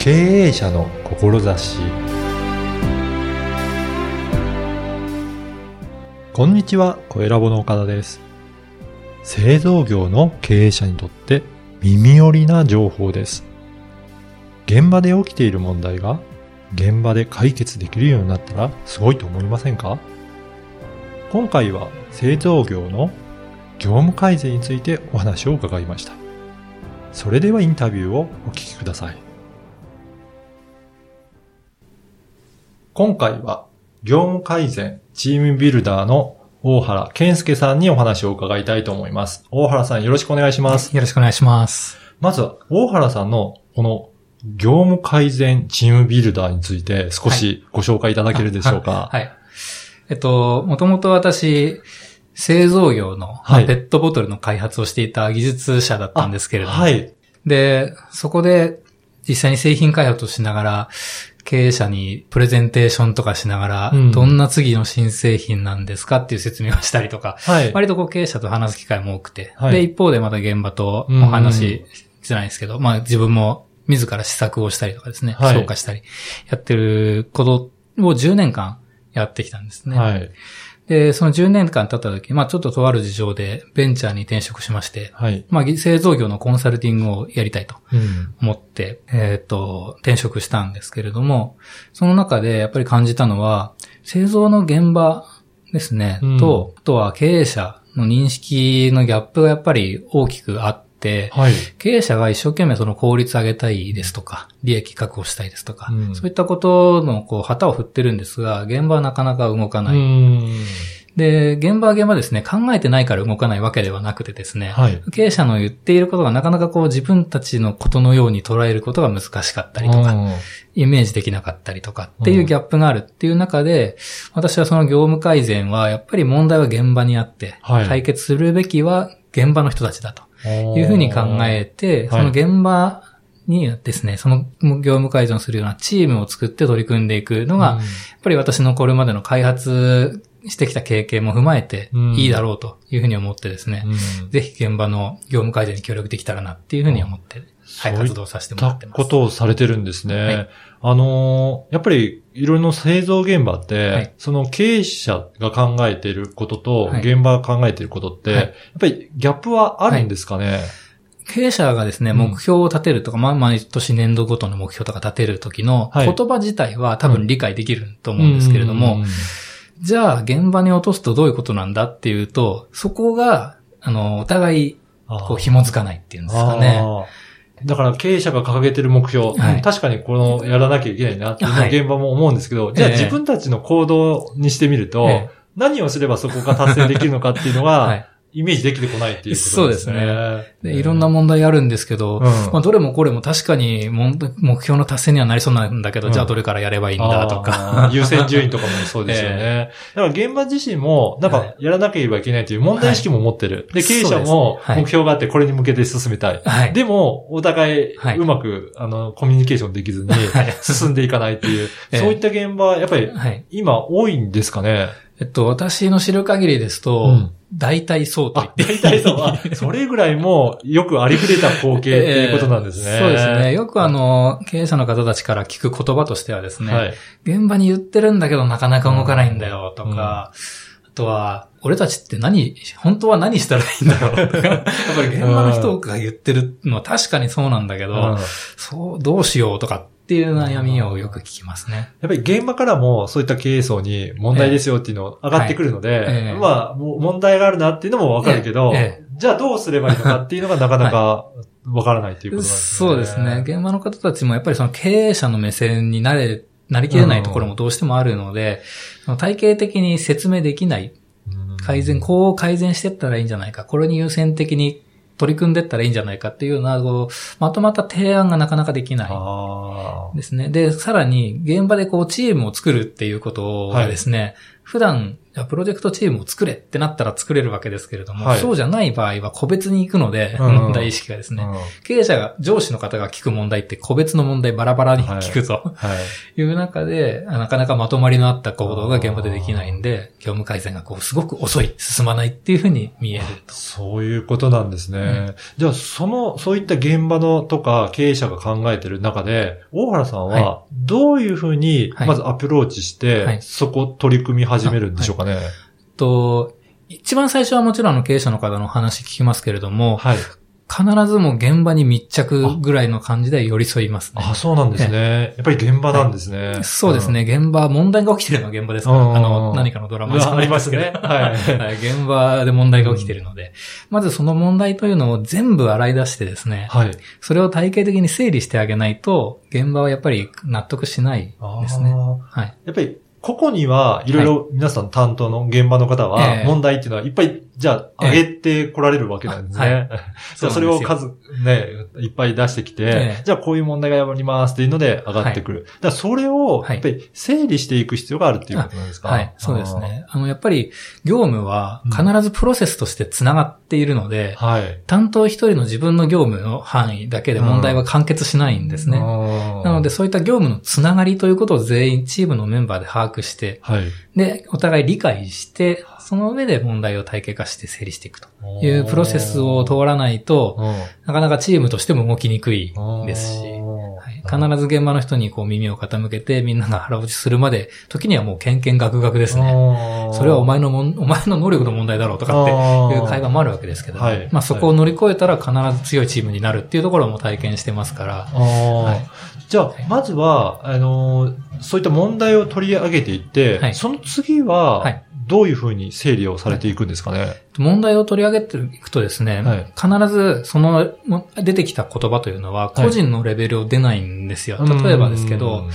経営者の志。こんにちは、小ラボの岡田です。製造業の経営者にとって耳寄りな情報です。現場で起きている問題が現場で解決できるようになったらすごいと思いませんか？今回は製造業の業務改善についてお話を伺いました。それではインタビューをお聞きください。今回は業務改善チームビルダーの大原健介さんにお話を伺いたいと思います。大原さんよろしくお願いします。 よろしくお願いします。 まずは大原さんのこの業務改善チームビルダーについて少しご紹介いただけるでしょうか？ はい。もともと私、製造業の、ペットボトルの開発をしていた技術者だったんですけれども、はい。で、そこで実際に製品開発をしながら、経営者にプレゼンテーションとかしながら、どんな次の新製品なんですかっていう説明をしたりとか、はい、割と経営者と話す機会も多くて、はい、で、一方でまた現場とお話じゃないですけど、自分も自ら試作をしたりとかですね、消化したり、やってることを10年間やってきたんですね。はい。で、その10年間経った時、ちょっととある事情でベンチャーに転職しまして、はい。製造業のコンサルティングをやりたいと思って、転職したんですけれども、その中でやっぱり感じたのは、製造の現場ですね、あとは経営者の認識のギャップがやっぱり大きくあって、はい、経営者が一生懸命その効率上げたいですとか、利益確保したいですとか、そういったことの旗を振ってるんですが、現場はなかなか動かない。で、現場は現場ですね、考えてないから動かないわけではなくてですね、はい、経営者の言っていることがなかなか自分たちのことのように捉えることが難しかったりとか、イメージできなかったりとかっていうギャップがあるっていう中で、私はその業務改善はやっぱり問題は現場にあって、はい、解決するべきは現場の人たちだというふうに考えて、その現場にですね、その業務改善をするようなチームを作って取り組んでいくのが、やっぱり私のこれまでの開発してきた経験も踏まえていいだろうというふうに思ってですね、ぜひ現場の業務改善に協力できたらなっていうふうに思って、はい、活動させてもらってます。 ことをされてるんですね。はい、やっぱりいろいろな製造現場って、はい、その経営者が考えていることと現場が考えていることって、はい、やっぱりギャップはあるんですかね？はい、 経営者がですね、目標を立てるとか、毎年年度ごとの目標とか立てるときの言葉自体は多分理解できると思うんですけれども、じゃあ現場に落とすとどういうことなんだっていうと、そこが、お互い、紐づかないっていうんですかね。 だから経営者が掲げてる目標、はい、確かにやらなきゃいけないなっていうのは現場も思うんですけど、じゃあ自分たちの行動にしてみると、何をすればそこが達成できるのかっていうのが、イメージできてこないっていうことですね。 そうですね。で、いろんな問題あるんですけど、どれもこれも確かに目標の達成にはなりそうなんだけど、じゃあどれからやればいいんだとか。 優先順位とかもそうですよね。だから現場自身も、やらなければいけないという問題意識も持ってる。で、経営者も目標があってこれに向けて進めたい。でも、お互いうまく、コミュニケーションできずに進んでいかないっていう、そういった現場はやっぱり今多いんですかね？ 私の知る限りですと、大体そうと言って。 大体そうは、それぐらいもよくありふれた光景っていうことなんですね。 そうですね。よく経営者の方たちから聞く言葉としてはですね、はい、現場に言ってるんだけどなかなか動かないんだよとか、あとは、俺たちって本当は何したらいいんだろうとか、やっぱり現場の人が言ってるのは確かにそうなんだけど、どうしようとかっていう悩みをよく聞きますね。 やっぱり現場からもそういった経営層に問題ですよっていうの上がってくるので、問題があるなっていうのもわかるけど、じゃあどうすればいいのかっていうのがなかなかわからないっていうことなんですね。 そうですね。現場の方たちもやっぱりその経営者の目線になりきれないところもどうしてもあるので、体系的に説明できない。こう改善していったらいいんじゃないか。これに優先的に取り組んでいったらいいんじゃないかっていうような、まとまった提案がなかなかできないですね。で、さらに現場でチームを作るっていうことがですね、普段、プロジェクトチームを作れってなったら作れるわけですけれども、そうじゃない場合は個別に行くので、問題意識がですね、経営者上司の方が聞く問題って個別の問題バラバラに聞くという中で、なかなかまとまりのあった行動が現場でできないんで、業務改善がすごく遅い、進まないっていうふうに見えると。 そういうことなんですね。じゃあ、そういった現場のとか経営者が考えてる中で、大原さんはどういうふうにまずアプローチして、そこ取り組み始めるんでしょうかね。 一番最初はもちろん経営者の方の話聞きますけれども、必ずも現場に密着ぐらいの感じで寄り添いますね。 そうなんですね。やっぱり現場なんですね。 そうですね。現場、問題が起きてるのは現場ですから。何かのドラマありますね。 現場で問題が起きてるので、まずその問題というのを全部洗い出してですね、それを体系的に整理してあげないと、現場はやっぱり納得しないですね。 やっぱり個々にはいろいろ皆さん担当の現場の方は問題っていうのはいっぱいじゃあ上げてこられるわけなんですね。じゃあそれをいっぱい出してきて、じゃあこういう問題がありますっていうので上がってくる。だからそれをやっぱり整理していく必要があるっていうことなんですか？ そうですね。やっぱり業務は必ずプロセスとしてつながっているので、担当一人の自分の業務の範囲だけで問題は完結しないんですね。なのでそういった業務のつながりということを全員チームのメンバーで把握して、で、お互い理解して、その上で問題を体系化して整理していくというプロセスを通らないと、なかなかチームとしても動きにくいですし、必ず現場の人にこう耳を傾けてみんなが腹落ちするまで、時にはもうけんけんがくがくですね。それはお前の能力の問題だろうとかっていう会話もあるわけですけど、そこを乗り越えたら必ず強いチームになるっていうところも体験してますから。 じゃあ、まずは、そういった問題を取り上げていって、その次は、どういうふうに整理をされていくんですかね。 問題を取り上げていくとですね、必ずその出てきた言葉というのは個人のレベルを出ないんですよ。例えばですけど、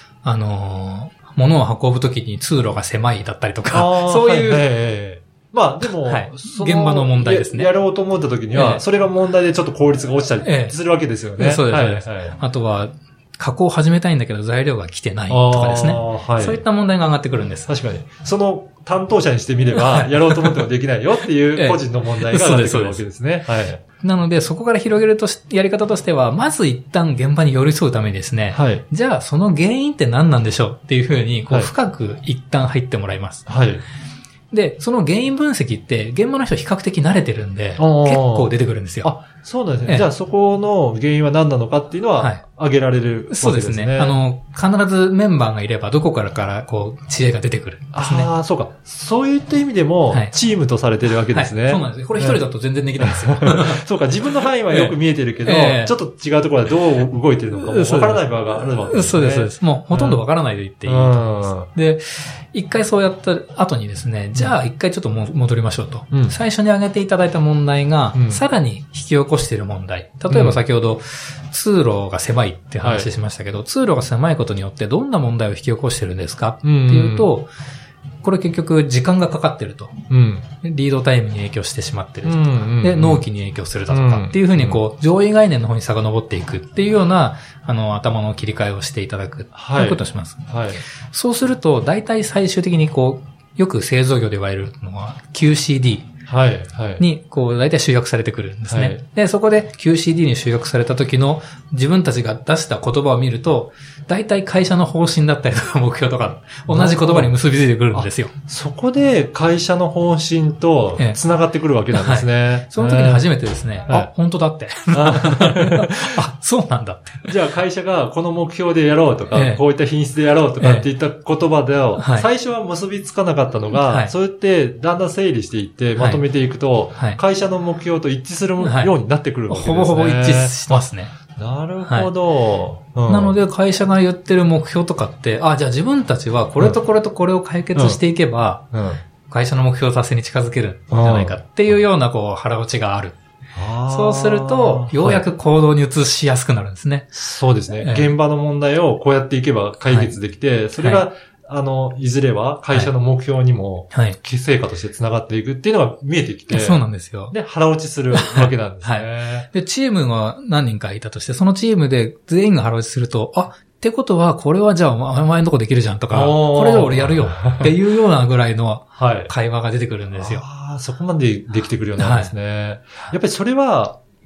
物を運ぶときに通路が狭いだったりとか、そういう、 まあでも、 現場の問題ですね。 やろうと思ったときには、それが問題でちょっと効率が落ちたりするわけですよね。 そうです。あとは、加工を始めたいんだけど材料が来てないとかですね。そういった問題が上がってくるんです。 確かに。その担当者にしてみれば、やろうと思ってもできないよっていう個人の問題が上がってくるわけですね。 なので、そこから広げるやり方としては、まず一旦現場に寄り添うためにですね、じゃあその原因って何なんでしょうっていうふうに、深く一旦入ってもらいます。で、その原因分析って、現場の人比較的慣れてるんで、結構出てくるんですよ。 そうなんですね。じゃあそこの原因は何なのかっていうのは、挙げられるわけですね。 そうですね。必ずメンバーがいれば、どこから知恵が出てくるんですね。 そうか。そういった意味でも、チームとされてるわけですね。 そうなんです。これ一人だと全然できないんですよ。 そうか。自分の範囲はよく見えてるけど、ちょっと違うところでどう動いてるのかもわからない場合があるわけですね。 そうです、そうです。もうほとんどわからないと言っていいと思います。で、一回そうやった後にですね、じゃあ一回ちょっと戻りましょうと。最初に挙げていただいた問題が、さらに引き起こしている問題。例えば先ほど、通路が狭いって話しましたけど、通路が狭いことによってどんな問題を引き起こしてるんですかっていうと、これ結局時間がかかってると。リードタイムに影響してしまってると。で、納期に影響するだとかっていうふうに上位概念の方に遡っていくっていうような、頭の切り替えをしていただくということをします。そうすると、大体最終的によく製造業で言われるのは QCD。に、大体集約されてくるんですね。で、そこで QCD に集約された時の自分たちが出した言葉を見ると、大体会社の方針だったりとか目標とか、同じ言葉に結びついてくるんですよ。 そこで会社の方針と繋がってくるわけなんですね。 その時に初めてですね、本当だって。そうなんだって。 じゃあ会社がこの目標でやろうとか、こういった品質でやろうとかっていった言葉で、最初は結びつかなかったのが、そうやってだんだん整理していって、まとめていくと、会社の目標と一致するようになってくるわけですね。 ほぼほぼ一致しますね。 なるほど。 なので会社が言ってる目標とかって、じゃあ自分たちはこれとこれとこれを解決していけば、会社の目標達成に近づけるんじゃないかっていうような腹落ちがある。そうすると、ようやく行動に移しやすくなるんですね。 そうですね。現場の問題をこうやっていけば解決できて、それが、いずれは会社の目標にも、成果として繋がっていくっていうのが見えてきて。 そうなんですよ。 で、腹落ちするわけなんですね。 で、チームは何人かいたとして、そのチームで全員が腹落ちすると、ってことは、これはじゃあお前のとこできるじゃんとか、これで俺やるよっていうようなぐらいの会話が出てくるんですよ。 そこまでできてくるようなんですね。やっぱりそれは、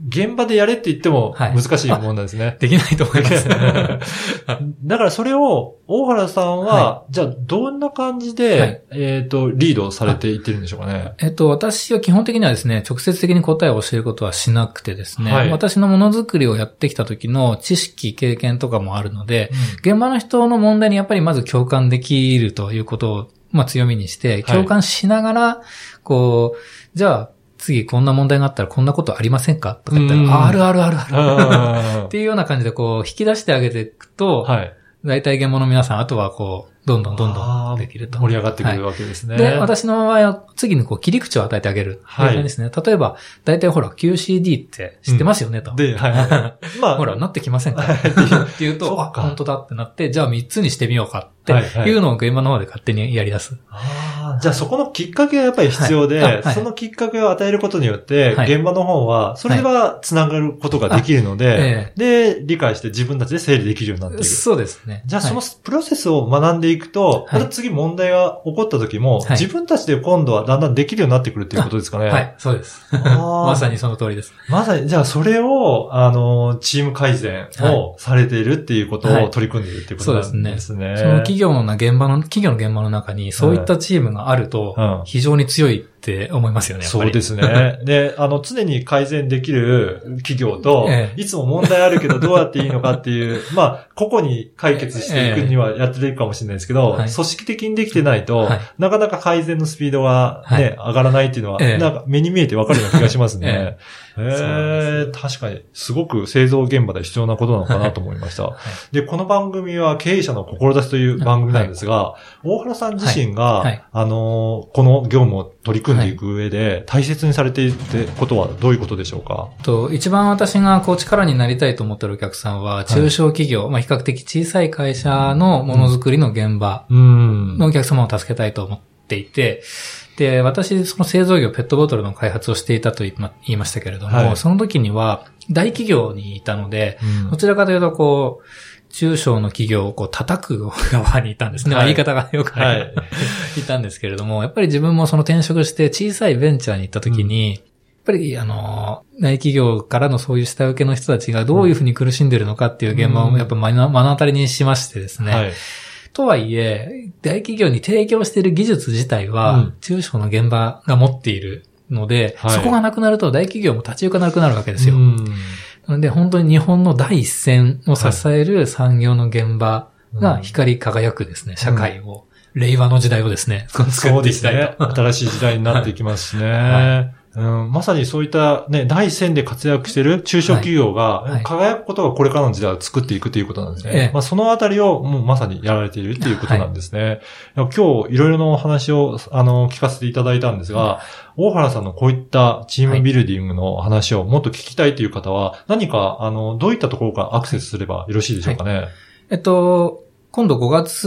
現場でやれって言っても難しいもんなんですね。 できないと思います。 だからそれを、大原さんは、じゃあどんな感じで、リードされていってるんでしょうかね。 私は基本的にはですね、直接的に答えを教えることはしなくてですね、私のものづくりをやってきた時の知識、経験とかもあるので、現場の人の問題にやっぱりまず共感できるということを、強みにして、共感しながら、じゃあ、次こんな問題があったらこんなことありませんかとか言ったら、あるあるあるあるっていうような感じで引き出してあげていくと、大体現場の皆さん、あとはどんどんできると。 盛り上がってくるわけですね。 で、私の場合は次に切り口を与えてあげる。という感じですね。例えば、大体ほら、QCD って知ってますよねと。 で、 ほら、なってきませんかっていうと、本当だってなって、じゃあ3つにしてみようかっていうのを現場の方で勝手にやり出す。 じゃあそこのきっかけがやっぱり必要で、そのきっかけを与えることによって、現場の方は、それは繋がることができるので、で、理解して自分たちで整理できるようになっている。 そうですね。 じゃあそのプロセスを学んでいくと、また次問題が起こった時も、自分たちで今度はだんだんできるようになってくるっていうことですかね。 はい、そうです。まさにその通りです。 まさに、じゃあそれを、チーム改善をされているっていうことを取り組んでいるっていうことなんですね。 その企業の現場の中にそういったチームがあると、非常に強いって思いますよね、やっぱり。 そうですね。で、常に改善できる企業と、いつも問題あるけどどうやっていいのかっていう、個々に解決していくにはやっていくかもしれないですけど、組織的にできてないと、なかなか改善のスピードがね、上がらないっていうのは、なんか目に見えてわかるような気がしますね。確かに、すごく製造現場で必要なことなのかなと思いました。で、この番組は経営者の志という番組なんですが、大原さん自身が、この業務を取り組んでいく上で、大切にされているってことはどういうことでしょうか？ 一番私が力になりたいと思っているお客さんは、中小企業、比較的小さい会社のものづくりの現場のお客様を助けたいと思っていて、で、私、その製造業ペットボトルの開発をしていたと言いましたけれども、その時には大企業にいたので、どちらかというと中小の企業を叩く側にいたんですね。言い方がよくいたんですけれども、やっぱり自分もその転職して小さいベンチャーに行った時に、やっぱり大企業からのそういう下請けの人たちがどういうふうに苦しんでいるのかっていう現場をやっぱ目の当たりにしましてですね。とはいえ、大企業に提供している技術自体は、中小の現場が持っているので、そこがなくなると大企業も立ち行かなくなるわけですよ。なので本当に日本の第一線を支える産業の現場が光り輝くですね、社会を、令和の時代をですね、作っていきたいと。 新しい時代になっていきますしね。まさにそういったね、第一線で活躍している中小企業が輝くことがこれからの時代を作っていくということなんですね。そのあたりをもうまさにやられているっていうことなんですね。今日いろいろなお話を聞かせていただいたんですが、大原さんのこういったチームビルディングの話をもっと聞きたいという方は、何かどういったところからアクセスすればよろしいでしょうかね。 今度5月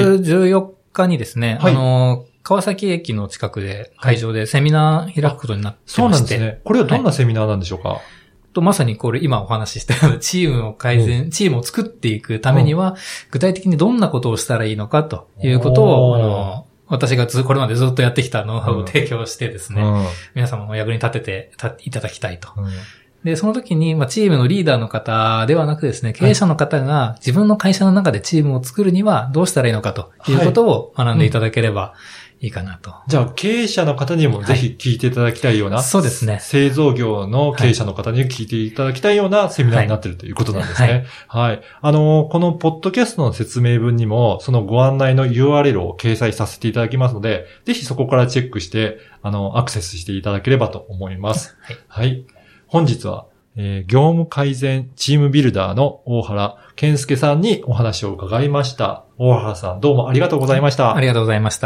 14日にですね、川崎駅の近くで、会場でセミナー開くことになってまして。 そうなんですね。これはどんなセミナーなんでしょうか？ まさにこれ今お話ししたようなチームをチームを作っていくためには、具体的にどんなことをしたらいいのかということを、私がこれまでずっとやってきたノウハウを提供してですね、皆様のお役に立てていただきたいと。で、その時に、チームのリーダーの方ではなくですね、経営者の方が自分の会社の中でチームを作るにはどうしたらいいのかということを学んでいただければいいかなと。 じゃあ、経営者の方にもぜひ聞いていただきたいような、 そうですね。 製造業の経営者の方に聞いていただきたいようなセミナーになっているということなんですね。はい。このポッドキャストの説明文にも、そのご案内の URL を掲載させていただきますので、ぜひそこからチェックして、アクセスしていただければと思います。はい。本日は、業務改善チームビルダーの大原健介さんにお話を伺いました。大原さん、どうもありがとうございました。 ありがとうございました。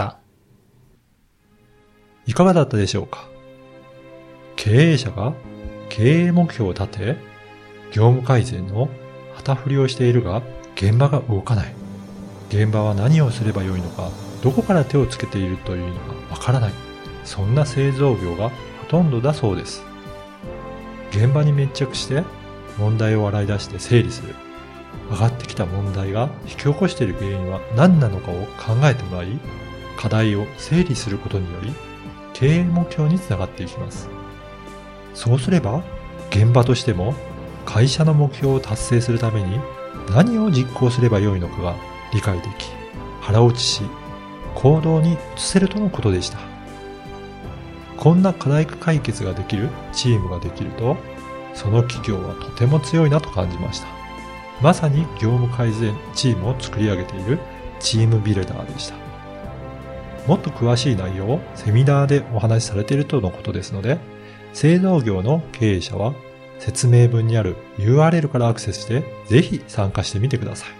いかがだったでしょうか？経営者が経営目標を立て、業務改善の旗振りをしているが、現場が動かない。現場は何をすればよいのか、どこから手をつけているというのかわからない。そんな製造業がほとんどだそうです。現場に密着して問題を洗い出して整理する。上がってきた問題が引き起こしている原因は何なのかを考えてもらい、課題を整理することにより経営目標につながっていきます。そうすれば現場としても会社の目標を達成するために何を実行すればよいのかが理解でき、腹落ちし、行動に移せるとのことでした。こんな課題解決ができるチームができると、その企業はとても強いなと感じました。まさに業務改善チームを作り上げているチームビルダーでした。もっと詳しい内容をセミナーでお話しされているとのことですので、製造業の経営者は説明文にある URL からアクセスしてぜひ参加してみてください。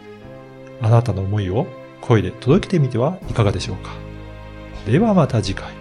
あなたの思いを声で届けてみてはいかがでしょうか。ではまた次回。